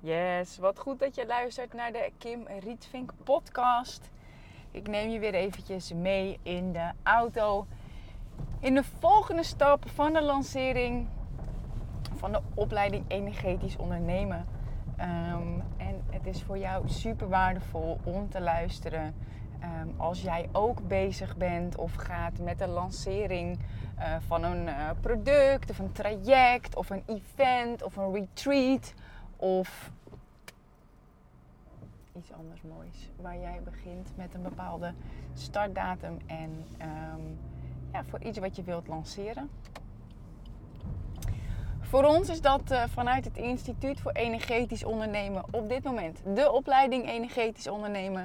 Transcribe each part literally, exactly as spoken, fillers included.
Yes, wat goed dat je luistert naar de Kim Rietvink podcast. Ik neem je weer eventjes mee in de auto. In de volgende stap van de lancering van de opleiding Energetisch Ondernemen. Um, en het is voor jou super waardevol om te luisteren. Um, als jij ook bezig bent of gaat met de lancering uh, van een uh, product of een traject of een event of een retreat. Of iets anders moois. Waar jij begint met een bepaalde startdatum. En um, ja, voor iets wat je wilt lanceren. Voor ons is dat uh, vanuit het Instituut voor Energetisch Ondernemen op dit moment de opleiding Energetisch Ondernemen.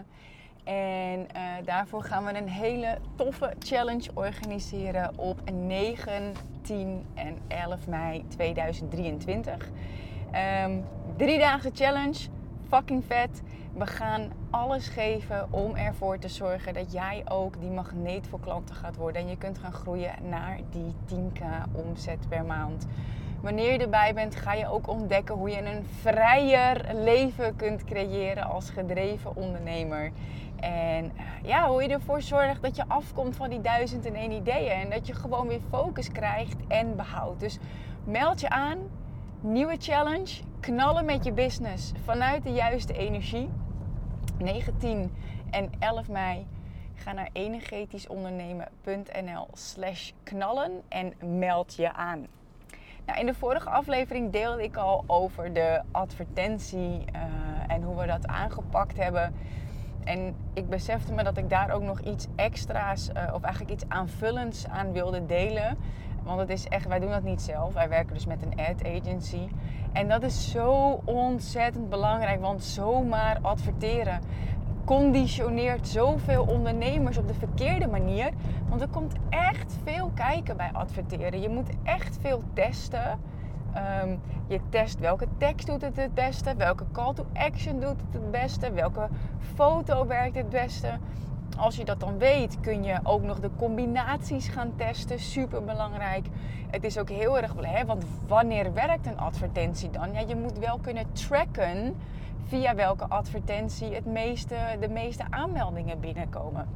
En uh, daarvoor gaan we een hele toffe challenge organiseren op negen, tien en elf mei tweeduizend drieëntwintig. Um, drie dagen challenge, fucking vet. We gaan alles geven om ervoor te zorgen dat jij ook die magneet voor klanten gaat worden. En je kunt gaan groeien naar die tien k omzet per maand. Wanneer je erbij bent, ga je ook ontdekken hoe je een vrijer leven kunt creëren als gedreven ondernemer. En ja, hoe je ervoor zorgt dat je afkomt van die duizend en één ideeën. En dat je gewoon weer focus krijgt en behoudt. Dus meld je aan. Nieuwe challenge. Knallen met je business vanuit de juiste energie. negen, tien en elf mei. Ga naar energetischondernemen.nl slash knallen en meld je aan. Nou, in de vorige aflevering deelde ik al over de advertentie uh, en hoe we dat aangepakt hebben. En ik besefte me dat ik daar ook nog iets extra's, uh, of eigenlijk iets aanvullends aan wilde delen. Want het is echt, wij doen dat niet zelf. Wij werken dus met een ad agency. En dat is zo ontzettend belangrijk, want zomaar adverteren conditioneert zoveel ondernemers op de verkeerde manier. Want er komt echt veel kijken bij adverteren. Je moet echt veel testen. Um, je test welke tekst doet het het beste, welke call to action doet het het beste, welke foto werkt het beste. Als je dat dan weet, kun je ook nog de combinaties gaan testen. Super belangrijk. Het is ook heel erg belangrijk, want wanneer werkt een advertentie dan? Ja, je moet wel kunnen tracken via welke advertentie het meeste, de meeste aanmeldingen binnenkomen.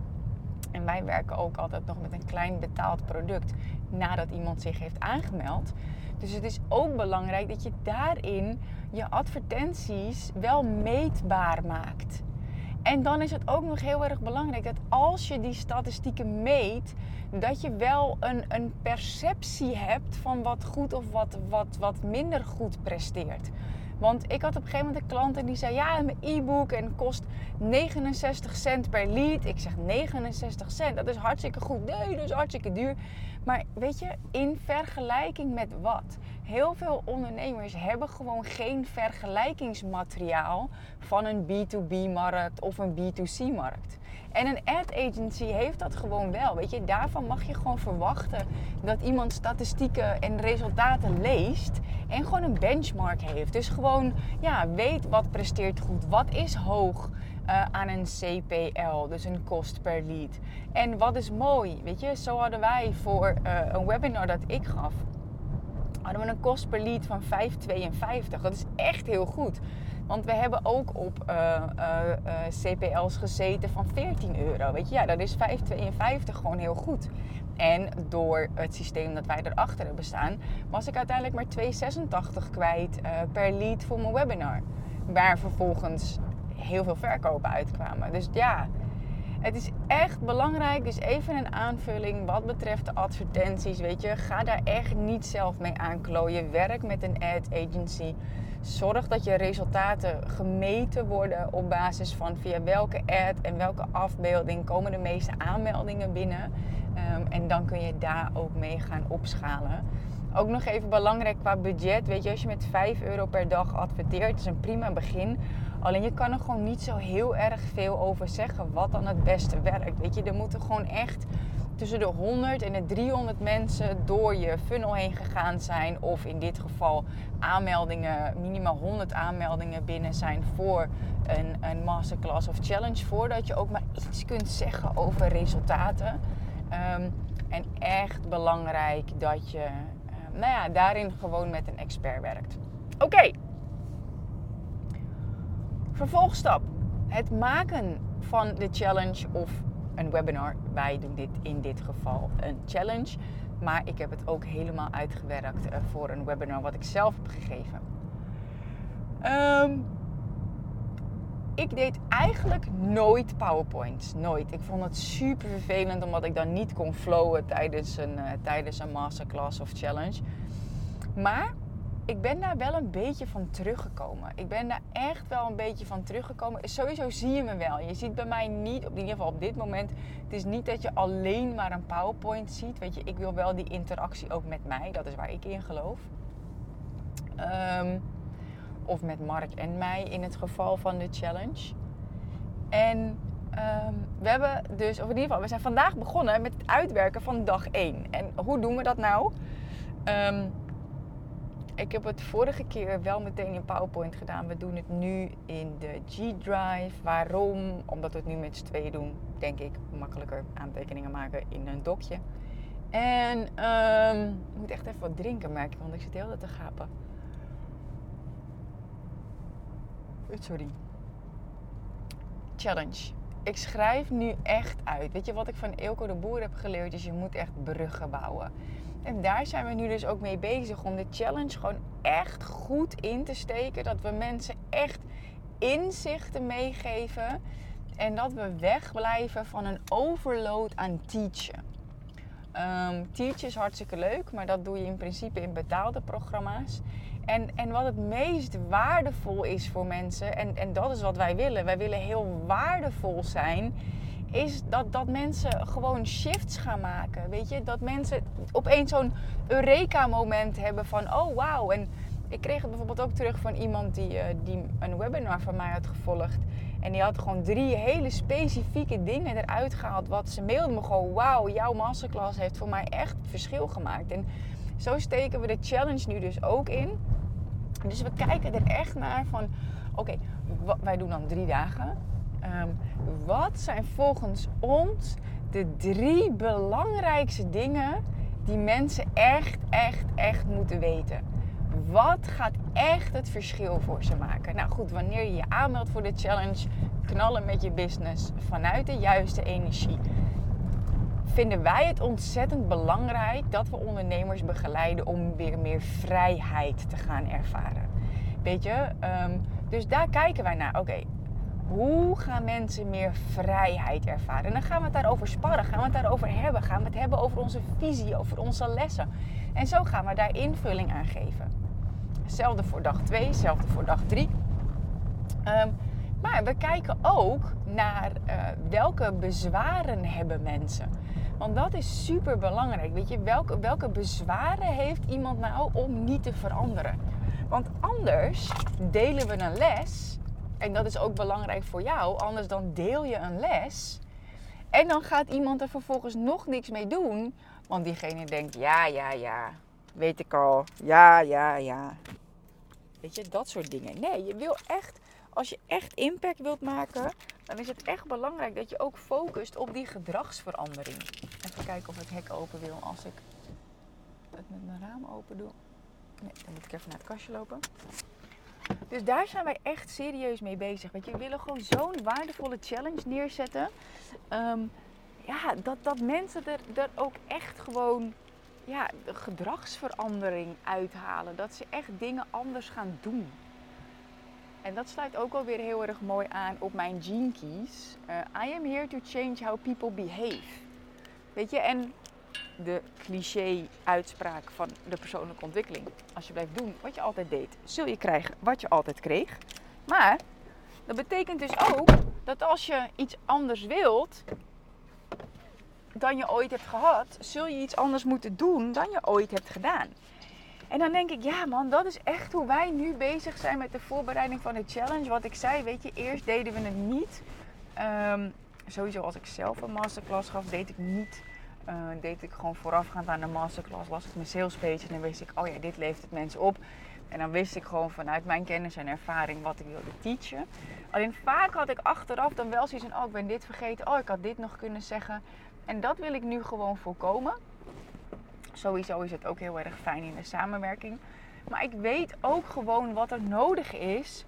En wij werken ook altijd nog met een klein betaald product nadat iemand zich heeft aangemeld. Dus het is ook belangrijk dat je daarin je advertenties wel meetbaar maakt. En dan is het ook nog heel erg belangrijk dat als je die statistieken meet, dat je wel een, een perceptie hebt van wat goed of wat, wat, wat minder goed presteert. Want ik had op een gegeven moment een klant en die zei, ja, mijn e-book en kost negenenzestig cent per lead. Ik zeg negenenzestig cent, dat is hartstikke goed. Nee, dat is hartstikke duur. Maar weet je, in vergelijking met wat? Heel veel ondernemers hebben gewoon geen vergelijkingsmateriaal van een B to B-markt of een B to C-markt. En een ad agency heeft dat gewoon wel. Weet je, daarvan mag je gewoon verwachten dat iemand statistieken en resultaten leest en gewoon een benchmark heeft. Dus gewoon ja, weet wat presteert goed, wat is hoog uh, aan een C P L, dus een kost per lead. En wat is mooi, weet je, zo hadden wij voor uh, een webinar dat ik gaf, hadden we een kost per lead van vijf komma tweeënvijftig. Dat is echt heel goed. Want we hebben ook op uh, uh, uh, C P L's gezeten van veertien euro. Weet je, ja, dat is vijf komma tweeënvijftig gewoon heel goed. En door het systeem dat wij erachter hebben staan, was ik uiteindelijk maar twee komma zesentachtig kwijt uh, per lead voor mijn webinar. Waar vervolgens heel veel verkopen uitkwamen. Dus ja, het is echt belangrijk. Dus even een aanvulling wat betreft de advertenties. Weet je, ga daar echt niet zelf mee aanklooien. Werk met een ad agency. Zorg dat je resultaten gemeten worden op basis van via welke ad en welke afbeelding komen de meeste aanmeldingen binnen. Um, en dan kun je daar ook mee gaan opschalen. Ook nog even belangrijk qua budget. Weet je, als je met vijf euro per dag adverteert, is een prima begin. Alleen je kan er gewoon niet zo heel erg veel over zeggen wat dan het beste werkt. Weet je, er moeten gewoon echt tussen de honderd en de driehonderd mensen door je funnel heen gegaan zijn. Of in dit geval aanmeldingen, minimaal honderd aanmeldingen binnen zijn voor een, een masterclass of challenge. Voordat je ook maar iets kunt zeggen over resultaten. Um, en echt belangrijk dat je uh, nou ja, daarin gewoon met een expert werkt. Oké. Okay. Vervolgstap. Het maken van de challenge of een webinar. Wij doen dit in dit geval een challenge. Maar ik heb het ook helemaal uitgewerkt uh, voor een webinar wat ik zelf heb gegeven. Um, ik deed eigenlijk nooit PowerPoints. Nooit. Ik vond het super vervelend omdat ik dan niet kon flowen tijdens een, uh, tijdens een masterclass of challenge. Maar ik ben daar wel een beetje van teruggekomen. Ik ben daar echt wel een beetje van teruggekomen. Sowieso zie je me wel. Je ziet bij mij niet, op in ieder geval op dit moment, het is niet dat je alleen maar een PowerPoint ziet. Weet je, ik wil wel die interactie ook met mij. Dat is waar ik in geloof. Um, of met Mark en mij in het geval van de challenge. En um, we hebben dus, of in ieder geval, we zijn vandaag begonnen met het uitwerken van dag één. En hoe doen we dat nou? Um, Ik heb het vorige keer wel meteen in PowerPoint gedaan. We doen het nu in de G-Drive. Waarom? Omdat we het nu met z'n tweeën doen. Denk ik makkelijker aantekeningen maken in een dokje. En um, ik moet echt even wat drinken, merk ik. Want ik zit heel te gapen. Sorry. Challenge. Ik schrijf nu echt uit. Weet je wat ik van Eelco de Boer heb geleerd? Is je moet echt bruggen bouwen. En daar zijn we nu dus ook mee bezig om de challenge gewoon echt goed in te steken. Dat we mensen echt inzichten meegeven. En dat we wegblijven van een overload aan teachen. Um, teachen is hartstikke leuk, maar dat doe je in principe in betaalde programma's. En, en wat het meest waardevol is voor mensen, en, en dat is wat wij willen. Wij willen heel waardevol zijn. Is dat, dat mensen gewoon shifts gaan maken, weet je. Dat mensen opeens zo'n Eureka-moment hebben van, oh wauw. En ik kreeg het bijvoorbeeld ook terug van iemand die, uh, die een webinar van mij had gevolgd. En die had gewoon drie hele specifieke dingen eruit gehaald. Wat ze mailde me gewoon, wauw, jouw masterclass heeft voor mij echt verschil gemaakt. En zo steken we de challenge nu dus ook in. Dus we kijken er echt naar van, oké, okay, w- wij doen dan drie dagen. Um, wat zijn volgens ons de drie belangrijkste dingen die mensen echt, echt, echt moeten weten? Wat gaat echt het verschil voor ze maken? Nou goed, wanneer je je aanmeldt voor de challenge, knallen met je business vanuit de juiste energie, vinden wij het ontzettend belangrijk dat we ondernemers begeleiden om weer meer vrijheid te gaan ervaren. Weet je, um, dus daar kijken wij naar. Oké. Okay, hoe gaan mensen meer vrijheid ervaren? En dan gaan we het daarover sparren, gaan we het daarover hebben. Gaan we het hebben over onze visie, over onze lessen. En zo gaan we daar invulling aan geven. Hetzelfde voor dag twee, hetzelfde voor dag drie. Um, maar we kijken ook naar uh, welke bezwaren hebben mensen. Want dat is super belangrijk. Weet je, welke, welke bezwaren heeft iemand nou om niet te veranderen? Want anders delen we een les. En dat is ook belangrijk voor jou. Anders dan deel je een les. En dan gaat iemand er vervolgens nog niks mee doen. Want diegene denkt, ja, ja, ja. Weet ik al. Ja, ja, ja. Weet je, dat soort dingen. Nee, je wil echt, als je echt impact wilt maken, dan is het echt belangrijk dat je ook focust op die gedragsverandering. Even kijken of ik hek open wil als ik het met mijn raam open doe. Nee, dan moet ik even naar het kastje lopen. Dus daar zijn wij echt serieus mee bezig. Want je, we willen gewoon zo'n waardevolle challenge neerzetten. Um, ja, dat, dat mensen er, er ook echt gewoon ja, de gedragsverandering uithalen. Dat ze echt dingen anders gaan doen. En dat sluit ook alweer heel erg mooi aan op mijn Gene Keys. Uh, I am here to change how people behave. Weet je, en de cliché-uitspraak van de persoonlijke ontwikkeling. Als je blijft doen wat je altijd deed, zul je krijgen wat je altijd kreeg. Maar dat betekent dus ook dat als je iets anders wilt dan je ooit hebt gehad, zul je iets anders moeten doen dan je ooit hebt gedaan. En dan denk ik, ja man, dat is echt hoe wij nu bezig zijn met de voorbereiding van de challenge. Wat ik zei, weet je, eerst deden we het niet. Um, sowieso als ik zelf een masterclass gaf, deed ik niet. Uh, deed ik gewoon voorafgaand aan de masterclass, las ik mijn sales page en dan wist ik, oh ja, dit levert het mensen op. En dan wist ik gewoon vanuit mijn kennis en ervaring wat ik wilde teachen. Alleen vaak had ik achteraf dan wel zoiets van, oh ik ben dit vergeten, oh ik had dit nog kunnen zeggen. En dat wil ik nu gewoon voorkomen. Sowieso is het ook heel erg fijn in de samenwerking. Maar ik weet ook gewoon wat er nodig is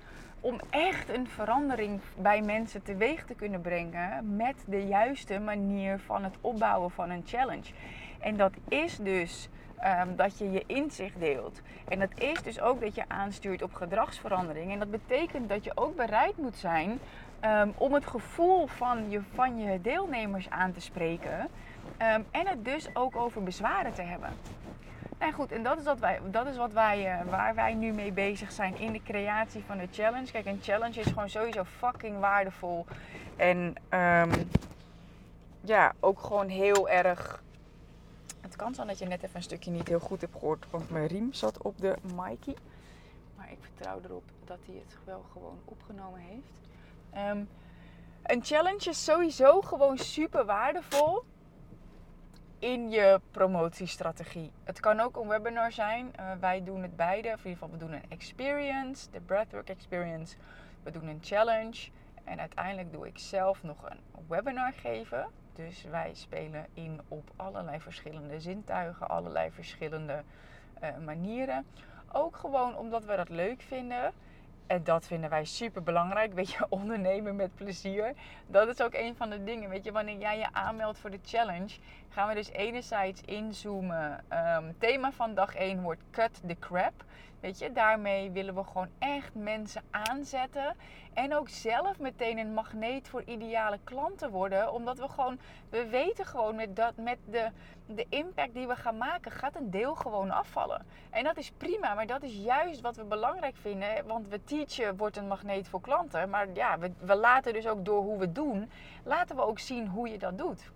om echt een verandering bij mensen teweeg te kunnen brengen met de juiste manier van het opbouwen van een challenge. En dat is dus um, dat je je inzicht deelt. En dat is dus ook dat je aanstuurt op gedragsverandering. En dat betekent dat je ook bereid moet zijn um, om het gevoel van je, van je deelnemers aan te spreken. Um, en het dus ook over bezwaren te hebben. Nou goed, en dat is wat wij, dat is wat wij, uh, waar wij nu mee bezig zijn in de creatie van de challenge. Kijk, een challenge is gewoon sowieso fucking waardevol. En um, ja, ook gewoon heel erg... Het kan zijn dat je net even een stukje niet heel goed hebt gehoord, want mijn riem zat op de Mikey. Maar ik vertrouw erop dat hij het wel gewoon opgenomen heeft. Um, een challenge is sowieso gewoon super waardevol in je promotiestrategie. Het kan ook een webinar zijn. Uh, wij doen het beide. Of in ieder geval, we doen een experience, de Breathwork Experience. We doen een challenge. En uiteindelijk doe ik zelf nog een webinar geven. Dus wij spelen in op allerlei verschillende zintuigen, allerlei verschillende uh, manieren. Ook gewoon omdat we dat leuk vinden. En dat vinden wij super belangrijk. Weet je, ondernemen met plezier. Dat is ook een van de dingen. Weet je, wanneer jij je aanmeldt voor de challenge, gaan we dus enerzijds inzoomen. Um, thema van dag één wordt Cut the Crap. Weet je, daarmee willen we gewoon echt mensen aanzetten. En ook zelf meteen een magneet voor ideale klanten worden. Omdat we gewoon, we weten gewoon met, dat, met de, de impact die we gaan maken, gaat een deel gewoon afvallen. En dat is prima, maar dat is juist wat we belangrijk vinden. Want we teachen wordt een magneet voor klanten. Maar ja, we, we laten dus ook door hoe we het doen, laten we ook zien hoe je dat doet.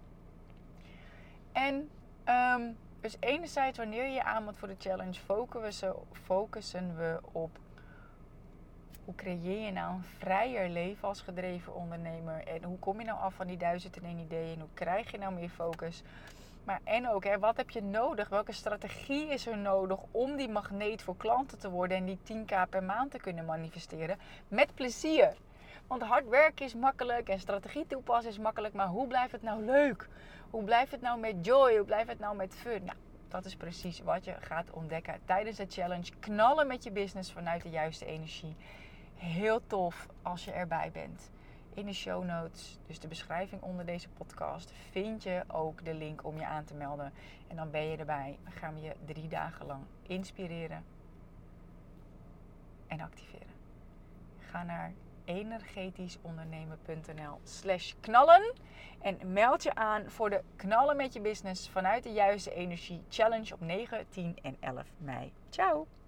En um, dus enerzijds wanneer je je aanmeldt voor de challenge, focussen, focussen we op hoe creëer je nou een vrijer leven als gedreven ondernemer. En hoe kom je nou af van die duizend en één ideeën. En hoe krijg je nou meer focus. Maar en ook, hè, wat heb je nodig? Welke strategie is er nodig om die magneet voor klanten te worden. En die tien k per maand te kunnen manifesteren. Met plezier. Want hard werken is makkelijk en strategie toepassen is makkelijk. Maar hoe blijft het nou leuk? Hoe blijft het nou met joy? Hoe blijft het nou met fun? Nou, dat is precies wat je gaat ontdekken tijdens de challenge. Knallen met je business vanuit de juiste energie. Heel tof als je erbij bent. In de show notes, dus de beschrijving onder deze podcast, vind je ook de link om je aan te melden. En dan ben je erbij. Dan gaan we je drie dagen lang inspireren en activeren. Ga naar energetischondernemen.nl slash knallen en meld je aan voor de Knallen met je business vanuit de juiste energie challenge op negen, tien en elf mei. Ciao!